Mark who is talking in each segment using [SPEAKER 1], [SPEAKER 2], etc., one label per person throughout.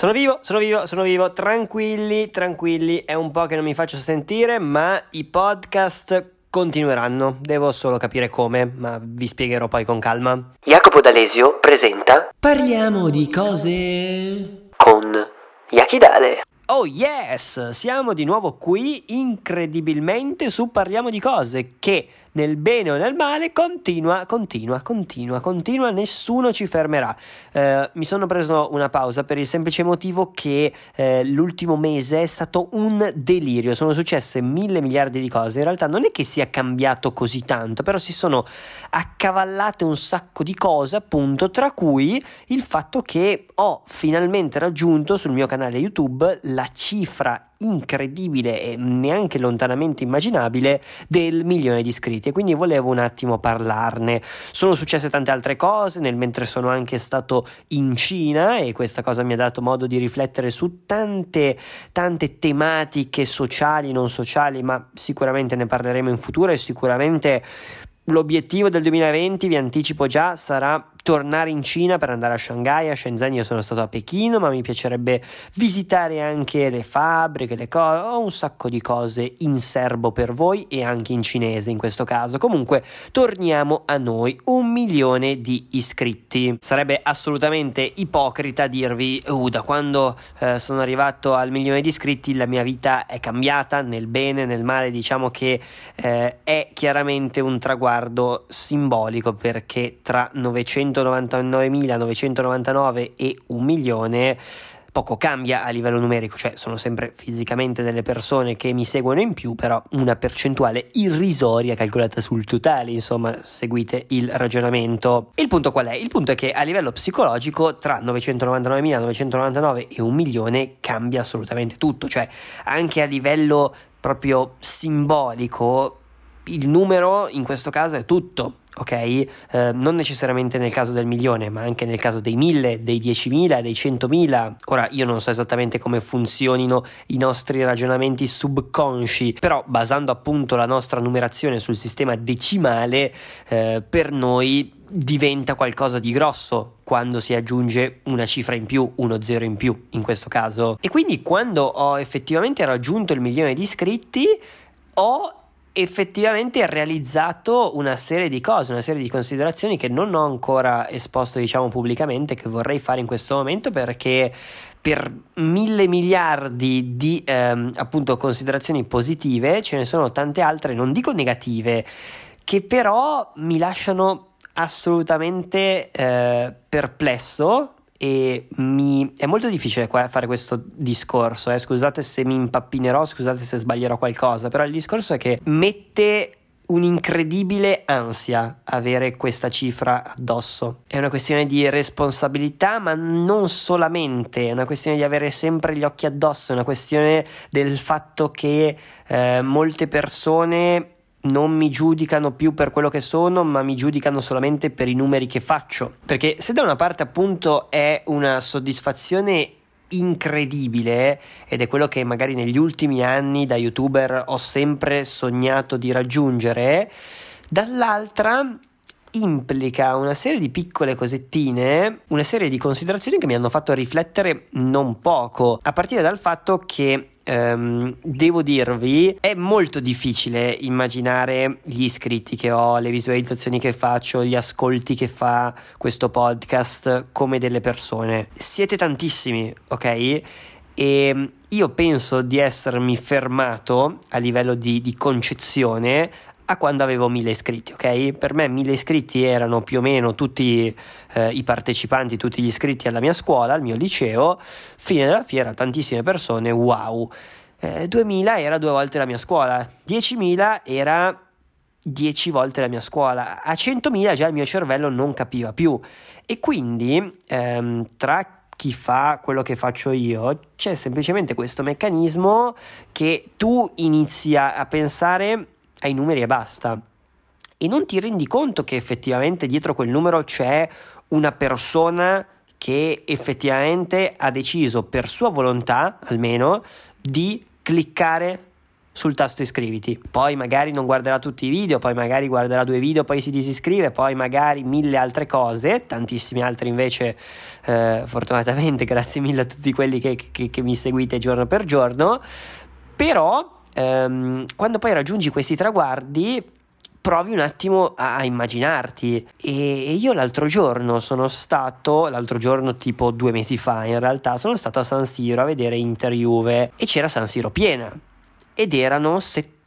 [SPEAKER 1] Sono vivo, tranquilli, è un po' che non mi faccio sentire, ma i podcast continueranno, devo solo capire come, ma vi spiegherò poi con calma. Jacopo D'Alesio presenta Parliamo di cose con Yakidale. Oh yes, siamo di nuovo qui incredibilmente su Parliamo di cose che nel bene o nel male continua, nessuno ci fermerà. Mi sono preso una pausa per il semplice motivo che l'ultimo mese è stato un delirio, sono successe 1000 miliardi di cose, in realtà non è che sia cambiato così tanto, però si sono accavallate un sacco di cose, appunto, tra cui il fatto che ho finalmente raggiunto sul mio canale YouTube la cifra incredibile e neanche lontanamente immaginabile del 1.000.000 di iscritti, e quindi volevo un attimo parlarne. Sono successe tante altre cose nel mentre sono anche stato in Cina, e questa cosa mi ha dato modo di riflettere su tante tematiche sociali, non sociali, ma sicuramente ne parleremo in futuro, e sicuramente l'obiettivo del 2020, vi anticipo già, sarà tornare in Cina per andare a Shanghai, a Shenzhen. Io sono stato a Pechino, ma mi piacerebbe visitare anche le fabbriche, le cose, ho un sacco di cose in serbo per voi e anche in cinese in questo caso. Comunque torniamo a noi, 1.000.000 di iscritti. Sarebbe assolutamente ipocrita dirvi da quando sono arrivato al 1.000.000 di iscritti la mia vita è cambiata, nel bene, nel male. Diciamo che è chiaramente un traguardo simbolico, perché tra 999.999 e 1.000.000 poco cambia a livello numerico, cioè sono sempre fisicamente delle persone che mi seguono in più, però una percentuale irrisoria calcolata sul totale, insomma, seguite il ragionamento. Il punto qual è? Il punto è che a livello psicologico tra 999.999 e 1.000.000 cambia assolutamente tutto, cioè anche a livello proprio simbolico il numero in questo caso è tutto. Ok, non necessariamente nel caso del 1.000.000, ma anche nel caso dei 1.000, dei 10.000, dei 100.000. Ora io non so esattamente come funzionino i nostri ragionamenti subconsci, però basando appunto la nostra numerazione sul sistema decimale, per noi diventa qualcosa di grosso quando si aggiunge una cifra in più, uno zero in più in questo caso. E quindi quando ho effettivamente raggiunto il 1.000.000 di iscritti, ho effettivamente realizzato una serie di cose, una serie di considerazioni che non ho ancora esposto, diciamo, pubblicamente, che vorrei fare in questo momento, perché per 1.000 miliardi di appunto considerazioni positive ce ne sono tante altre, non dico negative, che però mi assolutamente perplesso. E è molto difficile fare questo discorso, scusate se mi impappinerò, scusate se sbaglierò qualcosa, però il discorso è che mette un'incredibile ansia avere questa cifra addosso. È una questione di responsabilità, ma non solamente, è una questione di avere sempre gli occhi addosso, è una questione del fatto che molte persone non mi giudicano più per quello che sono, ma mi giudicano solamente per i numeri che faccio. Perché se da una parte appunto è una soddisfazione incredibile, ed è quello che magari negli ultimi anni da youtuber ho sempre sognato di raggiungere, dall'altra implica una serie di piccole cosettine, una serie di considerazioni che mi hanno fatto riflettere non poco, a partire dal fatto che devo dirvi, è molto difficile immaginare gli iscritti che ho, le visualizzazioni che faccio, gli ascolti che fa questo podcast come delle persone. Siete tantissimi, ok? E io penso di essermi fermato a livello di concezione a quando avevo 1.000 iscritti, ok? Per me 1.000 iscritti erano più o meno tutti i partecipanti, tutti gli iscritti alla mia scuola, al mio liceo. Fine della fiera, tantissime persone, wow. 2.000 era 2 volte la mia scuola, 10.000 era 10 volte la mia scuola, a 100.000 già il mio cervello non capiva più. E quindi tra chi fa quello che faccio io c'è semplicemente questo meccanismo che tu inizi a pensare ai numeri e basta, e non ti rendi conto che effettivamente dietro quel numero c'è una persona che effettivamente ha deciso, per sua volontà almeno, di cliccare sul tasto iscriviti, poi magari non guarderà tutti i video, poi magari guarderà 2 video, poi si disiscrive, poi magari 1000 altre cose, tantissimi altri invece fortunatamente grazie mille a tutti quelli che mi seguite giorno per giorno. Però quando poi raggiungi questi traguardi provi un attimo a immaginarti, e io l'altro giorno tipo 2 mesi fa in realtà, sono stato a San Siro a vedere Inter-Juve e c'era San Siro piena ed erano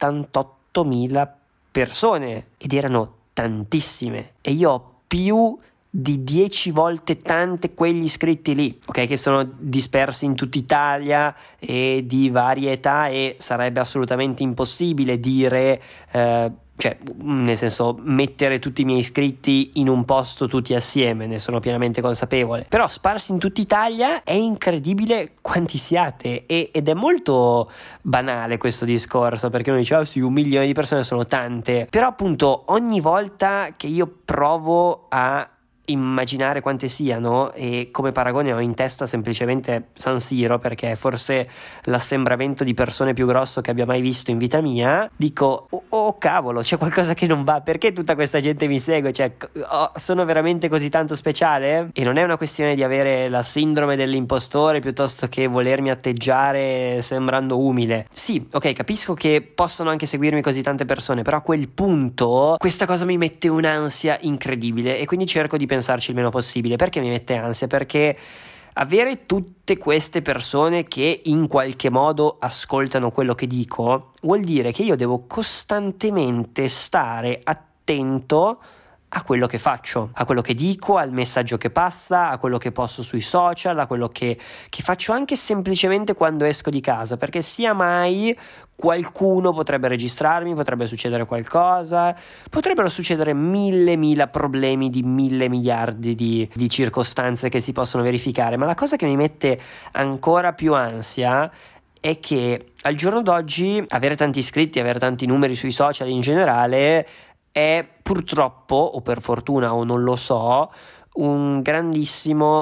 [SPEAKER 1] 78.000 persone ed erano tantissime, e io ho più di 10 volte tante quegli iscritti lì, ok, che sono dispersi in tutta Italia e di varie età, e sarebbe assolutamente impossibile dire cioè, nel senso, mettere tutti i miei iscritti in un posto tutti assieme, ne sono pienamente consapevole, però sparsi in tutta Italia è incredibile quanti siate, ed è molto banale questo discorso, perché uno dice sì, 1 milione di persone sono tante, però appunto ogni volta che io provo a immaginare quante siano, e come paragone ho in testa semplicemente San Siro, perché è forse l'assembramento di persone più grosso che abbia mai visto in vita mia, dico oh cavolo, c'è qualcosa che non va, perché tutta questa gente mi segue, cioè sono veramente così tanto speciale? E non è una questione di avere la sindrome dell'impostore piuttosto che volermi atteggiare sembrando umile. Sì, ok, capisco che possono anche seguirmi così tante persone, però a quel punto questa cosa mi mette un'ansia incredibile, e quindi cerco di pensarci il meno possibile. Perché mi mette ansia? Perché avere tutte queste persone che in qualche modo ascoltano quello che dico vuol dire che io devo costantemente stare attento a quello che faccio, a quello che dico, al messaggio che passa, a quello che posto sui social, a quello che faccio anche semplicemente quando esco di casa, perché sia mai qualcuno potrebbe registrarmi, potrebbe succedere qualcosa, potrebbero succedere mille problemi di 1000 miliardi di circostanze che si possono verificare. Ma la cosa che mi mette ancora più ansia è che al giorno d'oggi avere tanti iscritti, avere tanti numeri sui social in generale è purtroppo, o per fortuna o non lo so, un grandissimo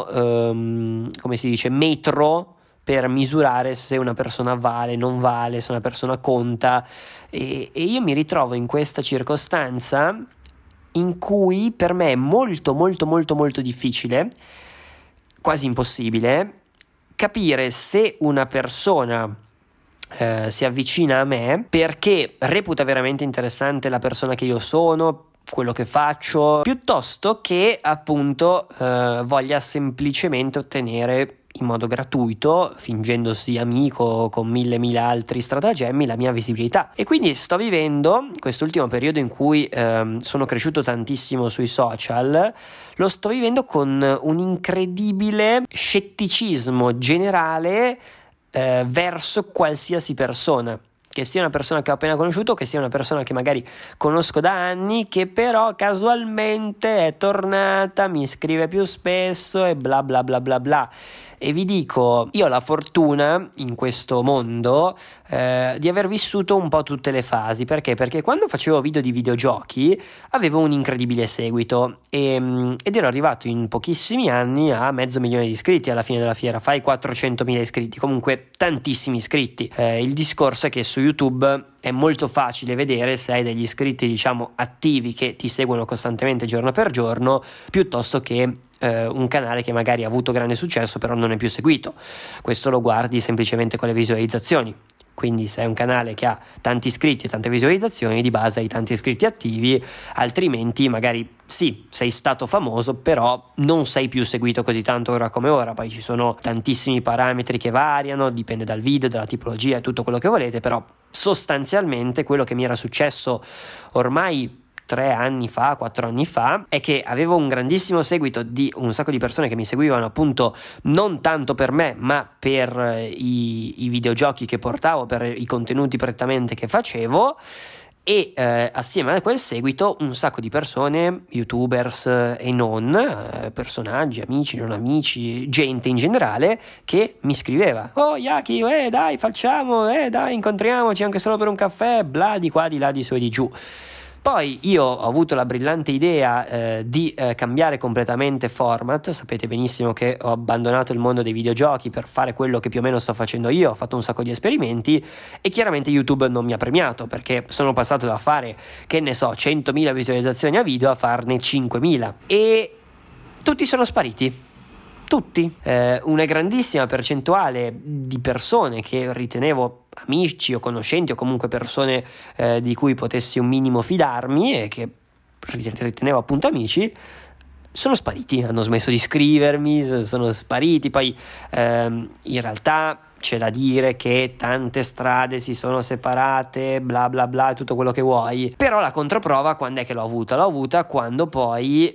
[SPEAKER 1] come si dice, metro per misurare se una persona vale, non vale, se una persona conta, e io mi ritrovo in questa circostanza in cui per me è molto difficile, quasi impossibile, capire se una persona si avvicina a me perché reputa veramente interessante la persona che io sono, quello che faccio, piuttosto che appunto voglia semplicemente ottenere in modo gratuito, fingendosi amico con mille altri stratagemmi, la mia visibilità. E quindi sto vivendo quest'ultimo periodo in cui sono cresciuto tantissimo sui social, lo sto vivendo con un incredibile scetticismo generale verso qualsiasi persona, che sia una persona che ho appena conosciuto, che sia una persona che magari conosco da anni, che però casualmente è tornata, mi scrive più spesso e bla bla bla bla bla. E vi dico, io ho la fortuna in questo mondo di aver vissuto un po' tutte le fasi. Perché quando facevo video di videogiochi avevo un incredibile seguito ed ero arrivato in pochissimi anni a 500.000 di iscritti alla fine della fiera. Fai 400.000 iscritti, comunque tantissimi iscritti. Il discorso è che su YouTube è molto facile vedere se hai degli iscritti, diciamo, attivi che ti seguono costantemente giorno per giorno, piuttosto che un canale che magari ha avuto grande successo però non è più seguito. Questo lo guardi semplicemente con le visualizzazioni. Quindi se è un canale che ha tanti iscritti e tante visualizzazioni, di base hai tanti iscritti attivi, altrimenti magari sì, sei stato famoso, però non sei più seguito così tanto ora come ora. Poi ci sono tantissimi parametri che variano, dipende dal video, dalla tipologia e tutto quello che volete, però sostanzialmente quello che mi era successo ormai 3 anni fa, 4 anni fa, è che avevo un grandissimo seguito di un sacco di persone che mi seguivano appunto non tanto per me, ma per i videogiochi che portavo, per i contenuti prettamente che facevo, e assieme a quel seguito un sacco di persone, youtubers e non, personaggi, amici, non amici, gente in generale che mi scriveva: oh Yaki, dai facciamo, dai incontriamoci anche solo per un caffè, bla di qua, di là, di su e di giù. Poi io ho avuto la brillante idea di cambiare completamente format. Sapete benissimo che ho abbandonato il mondo dei videogiochi per fare quello che più o meno sto facendo io, ho fatto un sacco di esperimenti e chiaramente YouTube non mi ha premiato, perché sono passato da fare, che ne so, 100.000 visualizzazioni a video a farne 5.000 e tutti sono spariti. Tutti, una grandissima percentuale di persone che ritenevo amici o conoscenti o comunque persone di cui potessi un minimo fidarmi e che ritenevo appunto amici, sono spariti, hanno smesso di scrivermi, sono spariti. Poi in realtà c'è da dire che tante strade si sono separate, bla bla bla, tutto quello che vuoi, però la controprova quando è che l'ho avuta? L'ho avuta quando poi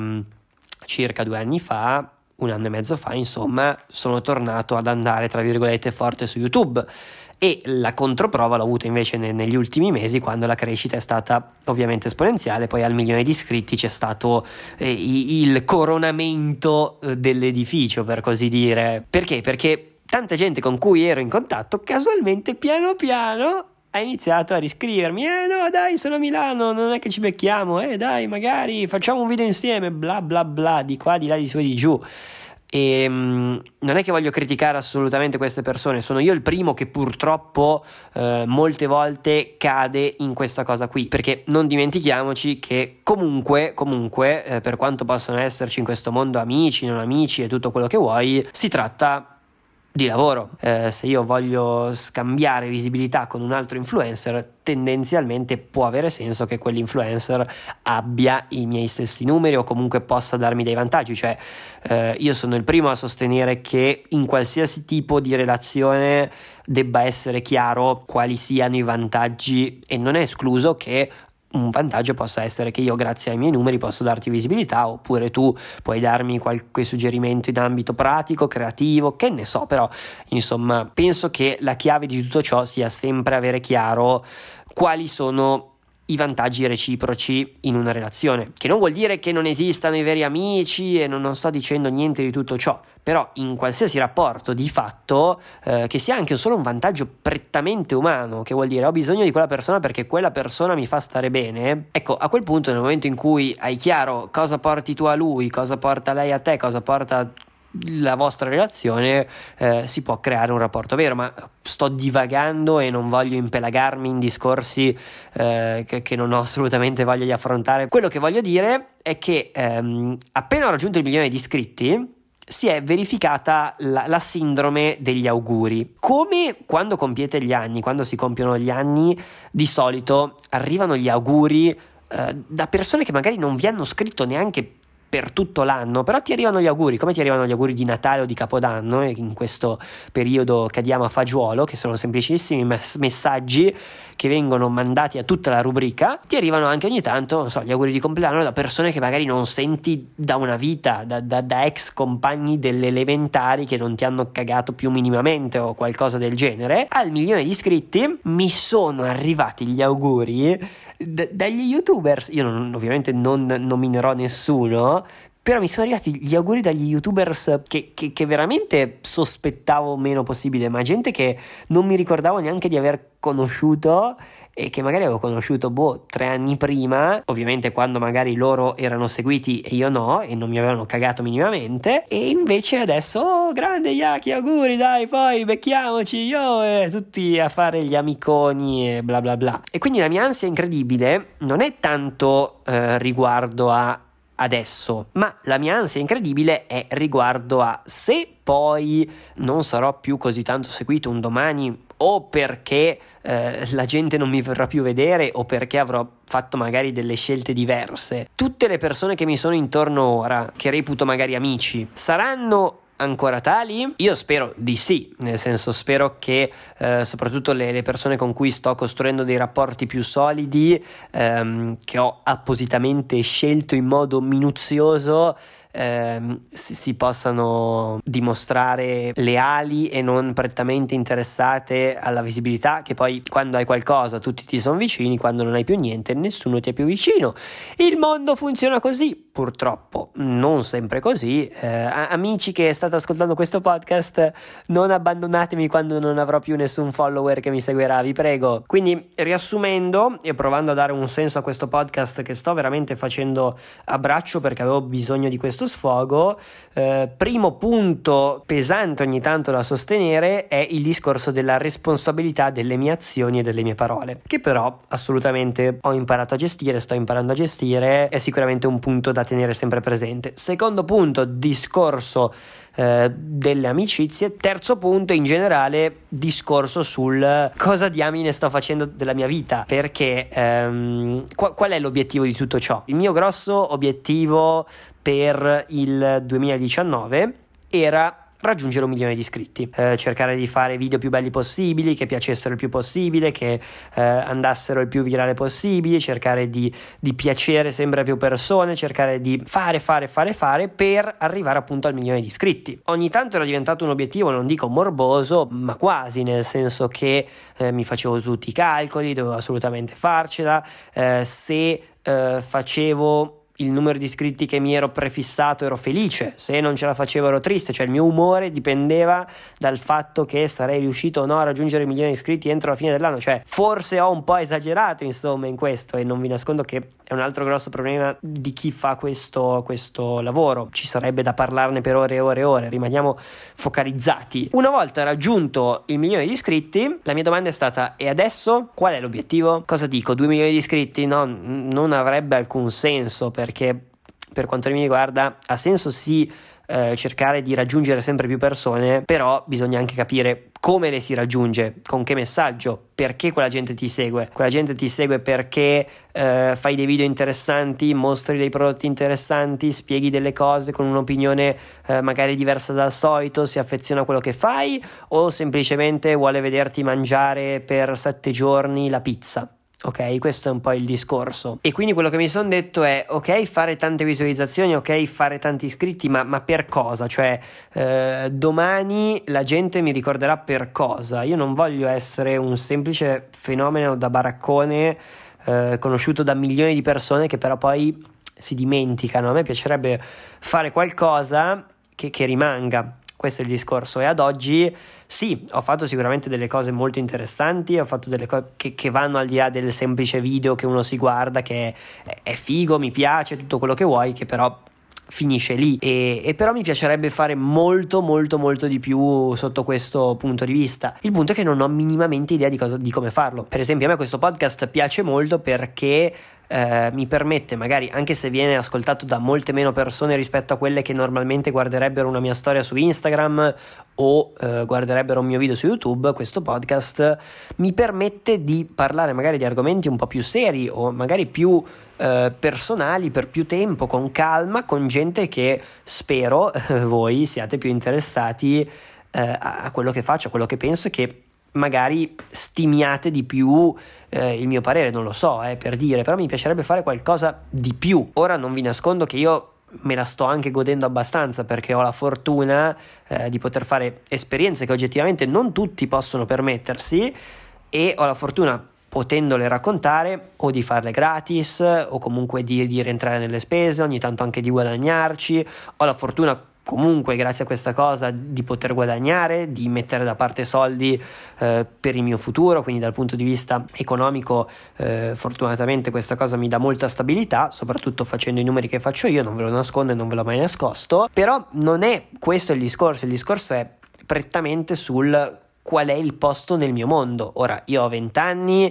[SPEAKER 1] circa 2 anni fa, 1 anno e mezzo fa, insomma, sono tornato ad andare tra virgolette forte su YouTube, e la controprova l'ho avuta invece negli ultimi mesi, quando la crescita è stata ovviamente esponenziale. Poi al 1.000.000 di iscritti c'è stato il coronamento dell'edificio, per così dire. Perché? Perché tanta gente con cui ero in contatto casualmente piano piano ha iniziato a riscrivermi: no dai, sono a Milano, non è che ci becchiamo, dai magari facciamo un video insieme, bla bla bla, di qua, di là, di su e di giù. E non è che voglio criticare assolutamente queste persone, sono io il primo che purtroppo molte volte cade in questa cosa qui, perché non dimentichiamoci che comunque per quanto possano esserci in questo mondo amici, non amici e tutto quello che vuoi, si tratta di lavoro. Se io voglio scambiare visibilità con un altro influencer, tendenzialmente può avere senso che quell'influencer abbia i miei stessi numeri o comunque possa darmi dei vantaggi. Cioè io sono il primo a sostenere che in qualsiasi tipo di relazione debba essere chiaro quali siano i vantaggi, e non è escluso che un vantaggio possa essere che io, grazie ai miei numeri, posso darti visibilità, oppure tu puoi darmi qualche suggerimento in ambito pratico, creativo, che ne so. Però insomma penso che la chiave di tutto ciò sia sempre avere chiaro quali sono i vantaggi reciproci in una relazione, che non vuol dire che non esistano i veri amici, e non sto dicendo niente di tutto ciò, però in qualsiasi rapporto di fatto che sia anche solo un vantaggio prettamente umano, che vuol dire ho bisogno di quella persona perché quella persona mi fa stare bene, ecco, a quel punto, nel momento in cui hai chiaro cosa porti tu a lui, cosa porta lei a te, cosa porta la vostra relazione, si può creare un rapporto vero. Ma sto divagando e non voglio impelagarmi in discorsi che non ho assolutamente voglia di affrontare. Quello che voglio dire è che appena ho raggiunto il 1.000.000 di iscritti si è verificata la sindrome degli auguri. Come quando compiete gli anni, quando si compiono gli anni, di solito arrivano gli auguri da persone che magari non vi hanno scritto neanche per tutto l'anno, però ti arrivano gli auguri, come ti arrivano gli auguri di Natale o di Capodanno, e in questo periodo cadiamo a fagiolo, che sono semplicissimi messaggi che vengono mandati a tutta la rubrica. Ti arrivano anche ogni tanto, non so, gli auguri di compleanno da persone che magari non senti da una vita, da ex compagni delle elementari che non ti hanno cagato più minimamente o qualcosa del genere. Al 1.000.000 di iscritti mi sono arrivati gli auguri dagli youtubers. Io ovviamente non nominerò nessuno, però mi sono arrivati gli auguri dagli youtubers che veramente sospettavo meno possibile, ma gente che non mi ricordavo neanche di aver conosciuto e che magari avevo conosciuto 3 anni prima, ovviamente quando magari loro erano seguiti e io no, e non mi avevano cagato minimamente, e invece adesso grande Yaki, auguri, dai, poi becchiamoci, io, tutti a fare gli amiconi e bla bla bla. E quindi la mia ansia incredibile non è tanto riguardo a adesso, ma la mia ansia incredibile è riguardo a se poi non sarò più così tanto seguito un domani, o perché la gente non mi vorrà più vedere, o perché avrò fatto magari delle scelte diverse. Tutte le persone che mi sono intorno ora, che reputo magari amici, saranno ancora tali? Io spero di sì, nel senso, spero che soprattutto le persone con cui sto costruendo dei rapporti più solidi, che ho appositamente scelto in modo minuzioso, si possano dimostrare leali e non prettamente interessate alla visibilità, che poi quando hai qualcosa tutti ti sono vicini, quando non hai più niente nessuno ti è più vicino. Il mondo funziona così, purtroppo non sempre così. Amici che state ascoltando questo podcast, non abbandonatemi quando non avrò più nessun follower che mi seguirà, vi prego. Quindi, riassumendo e provando a dare un senso a questo podcast che sto veramente facendo a braccio perché avevo bisogno di questo sfogo, primo punto pesante ogni tanto da sostenere è il discorso della responsabilità delle mie azioni e delle mie parole, che però assolutamente ho imparato a gestire, sto imparando a gestire, è sicuramente un punto da tenere sempre presente. Secondo punto, discorso delle amicizie. Terzo punto, in generale, discorso sul cosa diamine sto facendo della mia vita, perché qual è l'obiettivo di tutto ciò? Il mio grosso obiettivo per il 2019 era raggiungere 1 milione di iscritti, cercare di fare video più belli possibili, che piacessero il più possibile, che andassero il più virale possibile, cercare di piacere sempre a più persone, cercare di fare per arrivare appunto al 1 milione di iscritti. Ogni tanto era diventato un obiettivo, non dico morboso, ma quasi, nel senso che mi facevo tutti i calcoli, dovevo assolutamente farcela, se facevo il numero di iscritti che mi ero prefissato ero felice, se non ce la facevo ero triste, cioè il mio umore dipendeva dal fatto che sarei riuscito o no a raggiungere 1 milione di iscritti entro la fine dell'anno. Cioè forse ho un po' esagerato insomma in questo, e non vi nascondo che è un altro grosso problema di chi fa questo lavoro. Ci sarebbe da parlarne per ore e ore e ore, rimaniamo focalizzati. Una volta raggiunto il 1 milione di iscritti, la mia domanda è stata: e adesso qual è l'obiettivo? Cosa dico? 2 milioni di iscritti? No, non avrebbe alcun senso, perché per quanto mi riguarda ha senso sì cercare di raggiungere sempre più persone, però bisogna anche capire come le si raggiunge, con che messaggio, perché quella gente ti segue. Quella gente ti segue perché fai dei video interessanti, mostri dei prodotti interessanti, spieghi delle cose con un'opinione magari diversa dal solito, si affeziona a quello che fai, o semplicemente vuole vederti mangiare per 7 giorni la pizza. Ok, questo è un po' il discorso. E quindi quello che mi sono detto è: ok, fare tante visualizzazioni, ok, fare tanti iscritti, ma per cosa? Cioè domani la gente mi ricorderà per cosa? Io non voglio essere un semplice fenomeno da baraccone conosciuto da milioni di persone che però poi si dimenticano. A me piacerebbe fare qualcosa che rimanga. Questo è il discorso. E ad oggi sì, ho fatto sicuramente delle cose molto interessanti, ho fatto delle cose che vanno al di là del semplice video che uno si guarda, che è figo, mi piace, tutto quello che vuoi, che però finisce lì, e però mi piacerebbe fare molto di più sotto questo punto di vista. Il punto è che non ho minimamente idea di come farlo. Per esempio, a me questo podcast piace molto perché mi permette, magari anche se viene ascoltato da molte meno persone rispetto a quelle che normalmente guarderebbero una mia storia su Instagram o guarderebbero un mio video su YouTube, questo podcast mi permette di parlare magari di argomenti un po' più seri o magari più personali per più tempo, con calma, con gente che spero voi siate più interessati a quello che faccio, a quello che penso, e che magari stimiate di più il mio parere, non lo so, per dire, però mi piacerebbe fare qualcosa di più. Ora non vi nascondo che io me la sto anche godendo abbastanza, perché ho la fortuna di poter fare esperienze che oggettivamente non tutti possono permettersi, e ho la fortuna, potendole raccontare, o di farle gratis o comunque di rientrare nelle spese, ogni tanto anche di guadagnarci. Ho la fortuna comunque, grazie a questa cosa, di poter guadagnare, di mettere da parte soldi per il mio futuro, quindi dal punto di vista economico fortunatamente questa cosa mi dà molta stabilità, soprattutto facendo i numeri che faccio io, non ve lo nascondo e non ve l'ho mai nascosto. Però non è questo il discorso è prettamente sul qual è il posto nel mio mondo. Ora, io ho 20 anni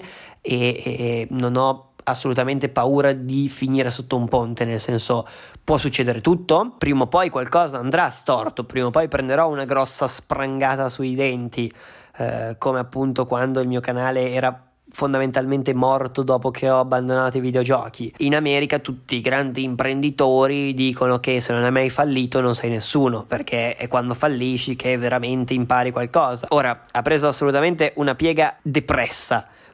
[SPEAKER 1] e non ho assolutamente paura di finire sotto un ponte, nel senso, può succedere tutto, prima o poi qualcosa andrà storto, prima o poi prenderò una grossa sprangata sui denti, come appunto quando il mio canale era fondamentalmente morto dopo che ho abbandonato i videogiochi. In America tutti i grandi imprenditori dicono che se non hai mai fallito non sei nessuno, perché è quando fallisci che veramente impari qualcosa. Ora, ha preso assolutamente una piega depressa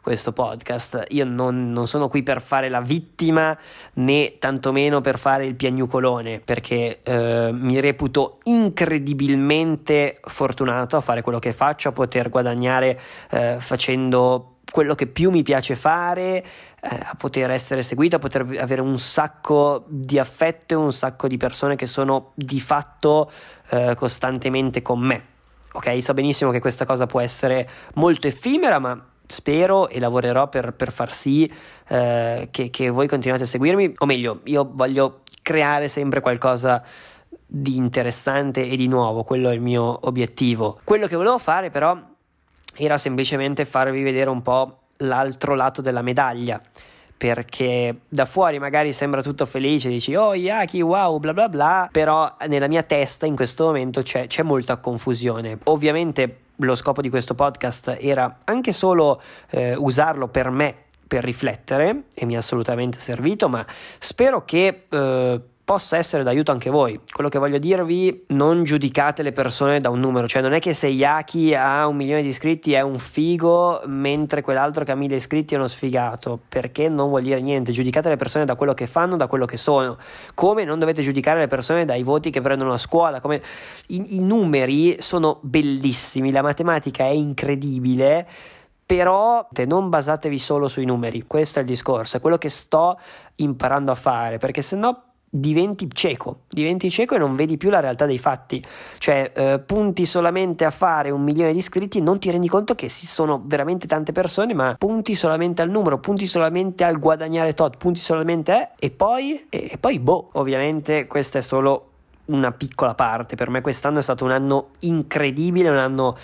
[SPEAKER 1] questo podcast. Io non sono qui per fare la vittima, né tantomeno per fare il piagnucolone, perché mi reputo incredibilmente fortunato a fare quello che faccio, a poter guadagnare facendo quello che più mi piace fare, a poter essere seguito, a poter avere un sacco di affetto e un sacco di persone che sono di fatto costantemente con me. Ok, so benissimo che questa cosa può essere molto effimera, ma spero e lavorerò per far sì che voi continuate a seguirmi, o meglio, io voglio creare sempre qualcosa di interessante e di nuovo, quello è il mio obiettivo. Quello che volevo fare però era semplicemente farvi vedere un po' l'altro lato della medaglia, perché da fuori magari sembra tutto felice, dici oh Yaki wow bla bla bla, però nella mia testa in questo momento c'è molta confusione. Ovviamente lo scopo di questo podcast era anche solo usarlo per me, per riflettere, e mi è assolutamente servito, ma spero che possa essere d'aiuto anche voi. Quello che voglio dirvi: non giudicate le persone da un numero, cioè non è che se Yaki ha 1 milione di iscritti è un figo mentre quell'altro che ha 1000 iscritti è uno sfigato, perché non vuol dire niente. Giudicate le persone da quello che fanno, da quello che sono, come non dovete giudicare le persone dai voti che prendono a scuola. Come i numeri sono bellissimi, la matematica è incredibile, però non basatevi solo sui numeri. Questo è il discorso, è quello che sto imparando a fare, perché sennò diventi cieco e non vedi più la realtà dei fatti. Cioè punti solamente a fare 1 milione di iscritti, non ti rendi conto che sono veramente tante persone, ma punti solamente al numero, punti solamente al guadagnare tot, punti solamente e poi boh. Ovviamente questa è solo una piccola parte. Per me quest'anno è stato un anno incredibile, un anno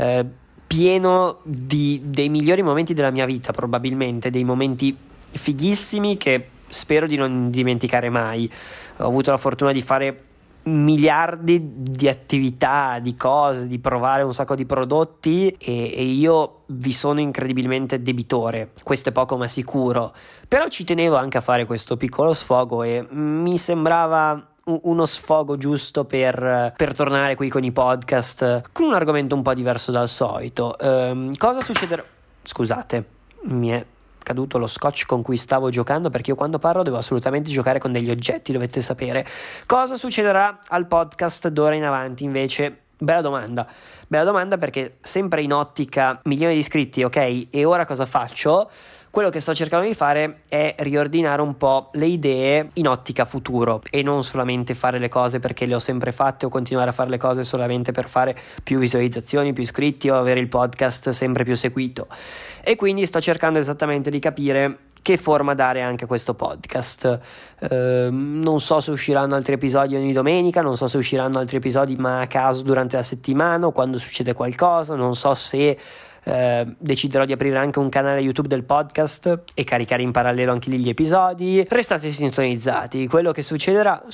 [SPEAKER 1] pieno dei migliori momenti della mia vita, probabilmente dei momenti fighissimi che spero di non dimenticare mai. Ho avuto la fortuna di fare miliardi di attività, di cose, di provare un sacco di prodotti e io vi sono incredibilmente debitore. Questo è poco ma sicuro, però ci tenevo anche a fare questo piccolo sfogo e mi sembrava uno sfogo giusto per tornare qui con i podcast con un argomento un po' diverso dal solito. Cosa succederà? Scusate, mi è caduto lo scotch con cui stavo giocando, perché io quando parlo devo assolutamente giocare con degli oggetti, dovete sapere. Cosa succederà al podcast d'ora in avanti invece? Bella domanda, perché sempre in ottica milioni di iscritti, ok, e ora cosa faccio? Quello che sto cercando di fare è riordinare un po' le idee in ottica futuro e non solamente fare le cose perché le ho sempre fatte o continuare a fare le cose solamente per fare più visualizzazioni, più iscritti o avere il podcast sempre più seguito. E quindi sto cercando esattamente di capire che forma dare anche a questo podcast. Non so se usciranno altri episodi ogni domenica, non so se usciranno altri episodi ma a caso durante la settimana o quando succede qualcosa, non so se deciderò di aprire anche un canale YouTube del podcast e caricare in parallelo anche lì gli episodi. Restate sintonizzati, quello che succederà.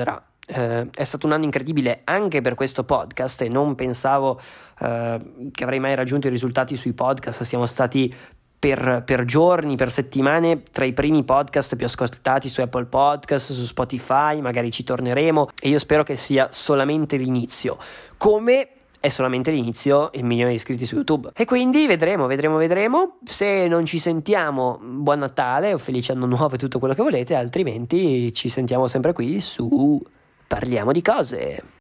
[SPEAKER 1] È stato un anno incredibile anche per questo podcast e non pensavo che avrei mai raggiunto i risultati sui podcast. Siamo stati per giorni, per settimane tra i primi podcast più ascoltati su Apple Podcast, su Spotify. Magari ci torneremo e io spero che sia solamente l'inizio, come è solamente l'inizio il 1 milione di iscritti su YouTube. E quindi vedremo. Se non ci sentiamo, buon Natale o felice anno nuovo e tutto quello che volete, altrimenti ci sentiamo sempre qui su Parliamo di Cose.